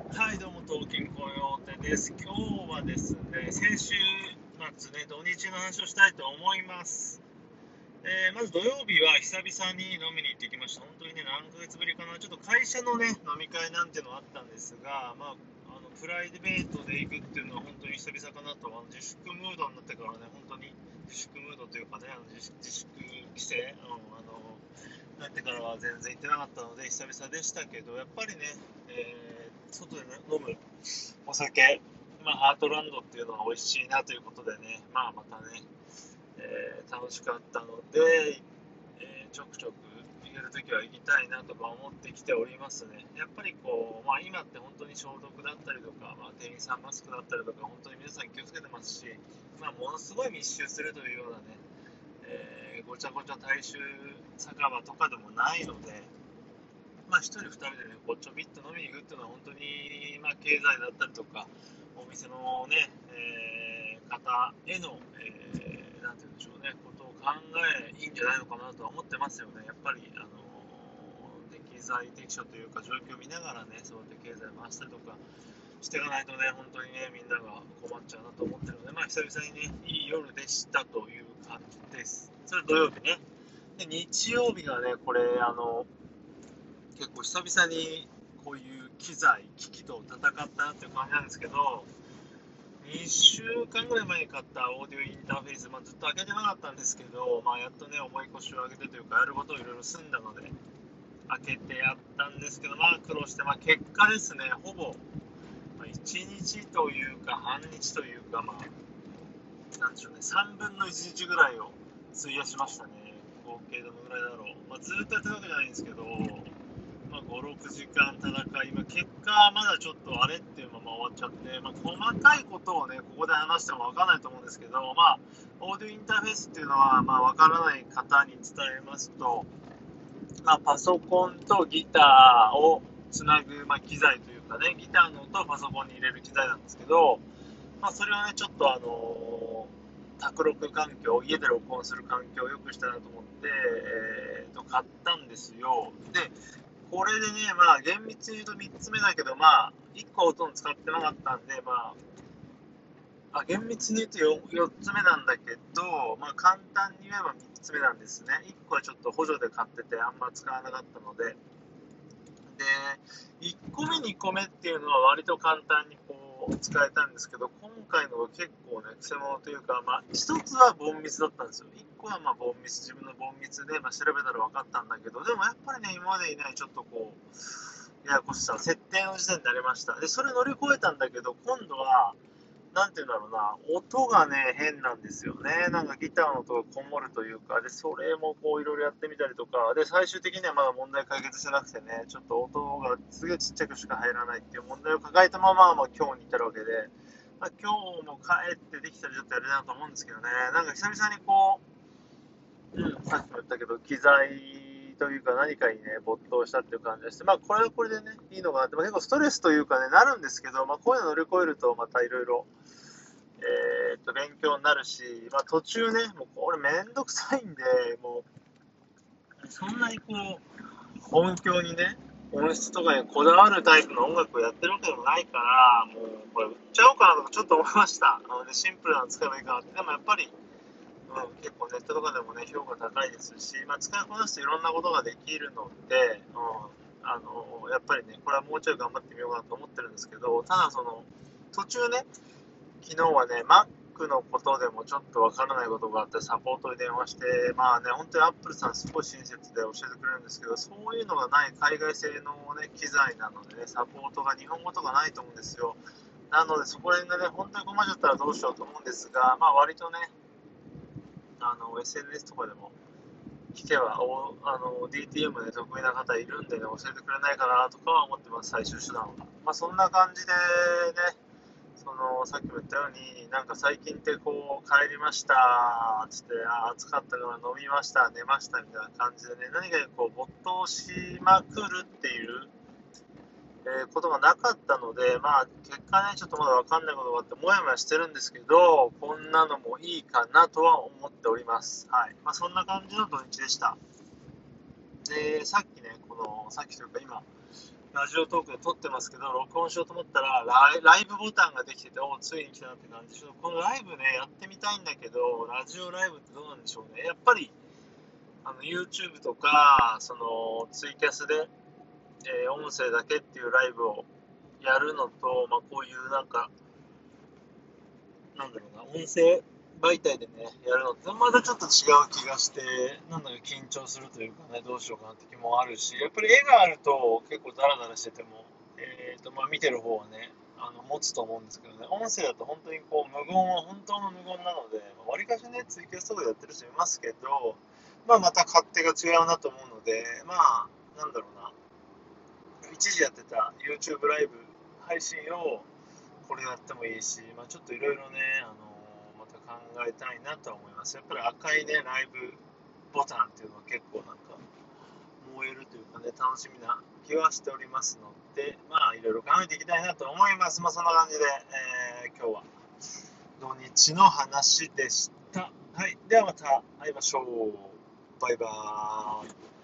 はい、どうも、東健コヨーテです。今日はですね、先週末ね、土日の話をしたいと思います。まず土曜日は久々に飲みに行ってきました。本当にね、何ヶ月ぶりかな。ちょっと会社のね、飲み会なんていうのはあったんですが、プライベートで行くっていうのは本当に久々かなと。自粛ムードになってからね、本当に自粛ムードというかね、自粛規制、なってからは全然行ってなかったので、久々でしたけど、やっぱりね、外で、ね、飲むお酒、ハートランドっていうのは美味しいなということでね、またね、楽しかったので、ちょくちょく行けるときは行きたいなとか思ってきておりますね。やっぱりこう、今って本当に消毒だったりとか、店員さんマスクだったりとか、本当に皆さん気をつけてますし、ものすごい密集するというようなね、ごちゃごちゃ大衆酒場とかでもないので、1人2人でね、こうちょびっと飲みに行くっていうのは本当に、経済だったりとか、お店のね、方への、なんて言うんでしょうね、ことを考えいいんじゃないのかなとは思ってますよね。やっぱり、適材適所というか、状況を見ながらね、そうやって経済回したりとかしていかないとね、本当にね、みんなが困っちゃうなと思ってるので、久々にね、いい夜でしたという感じです。それ土曜日ね。で、日曜日がね、これ、結構久々にこういう機器と戦ったなっていう感じなんですけど、2週間ぐらい前に買ったオーディオインターフェース、ずっと開けてなかったんですけど、やっとね、重い腰を上げてというか、やることをいろいろ済んだので、開けてやったんですけど、苦労して、結果ですね、ほぼ、1日というか、半日というか、なんでしょうね、3分の1日ぐらいを費やしましたね。合計どのぐらいだろう。ずっとやってるわけじゃないんですけど、5、6時間戦い、結果はまだちょっとあれっていうまま終わっちゃって、細かいことをね、ここで話しても分からないと思うんですけど、オーディオインターフェースっていうのは、分からない方に伝えますと、パソコンとギターをつなぐ、機材というかね、ギターの音をパソコンに入れる機材なんですけど、それをね、ちょっと卓録環境、家で録音する環境を良くしたいなと思って、買ったんですよ。で、これでね、厳密に言うと3つ目だけど、1個ほとんど使ってなかったんで、厳密に言うと 4つ目なんだけど、簡単に言えば3つ目なんですね。1個はちょっと補助で買ってて、あんま使わなかったので、で、1個目、2個目っていうのは割と簡単にこう使えたんですけど、今回のは結構ね、くせ者というか、1つは凡ミスだったんですよ。1個は凡ミス、自分の凡ミスで、調べたら分かったんだけど、でもやっぱりね、今までにないちょっとこう、ややこしさ、設定の時点になりました。で、それ乗り越えたんだけど、今度は、なんていうんだろうな、音がね、変なんですよね。なんかギターの音がこもるというか、で、それもこういろいろやってみたりとか、で、最終的にはまだ問題解決してなくてね、ちょっと音がすげえちっちゃくしか入らないっていう問題を抱えたまま、今日に至るわけで、今日も帰ってできたらちょっとやれなと思うんですけどね、なんか久々にこさっきも言ったけど、機材というか何かにね、没頭したっていう感じがして、これはこれでね、いいのかなって、結構ストレスというかね、なるんですけど、こういうの乗り越えるとまたいろいろ勉強になるし、途中ね、もうこれめんどくさいんで、もう、そんなにこう、音響にね、音質とかにこだわるタイプの音楽をやってるわけでもないから、もうこれ売っちゃおうかなとかちょっと思いました。なのでシンプルなの使えばいいかなって。でもやっぱり、結構ネットとかでもね、評価高いですし、使いこなすといろんなことができるので、やっぱりね、これはもうちょい頑張ってみようかなと思ってるんですけど、ただその、途中ね、昨日はね、Mac のことでもちょっとわからないことがあって、サポートに電話して、本当に Apple さんすごい親切で教えてくれるんですけど、そういうのがない海外製のね、機材なのでね、サポートが日本語とかないと思うんですよ。なので、そこら辺がね、本当に困っちゃったらどうしようと思うんですが、割とね、SNS とかでも聞けば、DTM で得意な方いるんでね、教えてくれないかなとかは思ってます、最終手段は。そんな感じでね、さっきも言ったように、なんか最近ってこう、帰りましたつって、暑かったから飲みました、寝ましたみたいな感じでね、何かにこう没頭しまくるっていう、ことがなかったので、結果ね、ちょっとまだ分かんないことがあって、もやもやしてるんですけど、こんなのもいいかなとは思っております。はい。そんな感じの土日でした。で、さっきね、さっきというか今、 ラジオトークで撮ってますけど、録音しようと思ったらライブボタンができてて、ついに来たなって感じで、このライブね、やってみたいんだけど、ラジオライブってどうなんでしょうね。やっぱりYouTube とかそのツイキャスで、音声だけっていうライブをやるのと、こういうなんだろうな、音声媒体でね、やるのってまたちょっと違う気がして、緊張するというかね、どうしようかなって気もあるし、やっぱり絵があると結構ダラダラしてても、見てる方はね、持つと思うんですけどね、音声だと本当にこう無言は本当の無言なので、わりかしね、ツイキャスとかでやってる人いますけど、また勝手が違うなと思うので、なんだろうな、一時やってた YouTube ライブ配信をこれやってもいいし、ちょっといろいろね、また考えたいなとは思います。やっぱり赤いね、ライブボタンっていうのは結構燃えるというかね、楽しみな気はしておりますので、いろいろ考えていきたいなと思います。そんな感じで、今日は土日の話でした。はい、ではまた会いましょう。バイバーイ。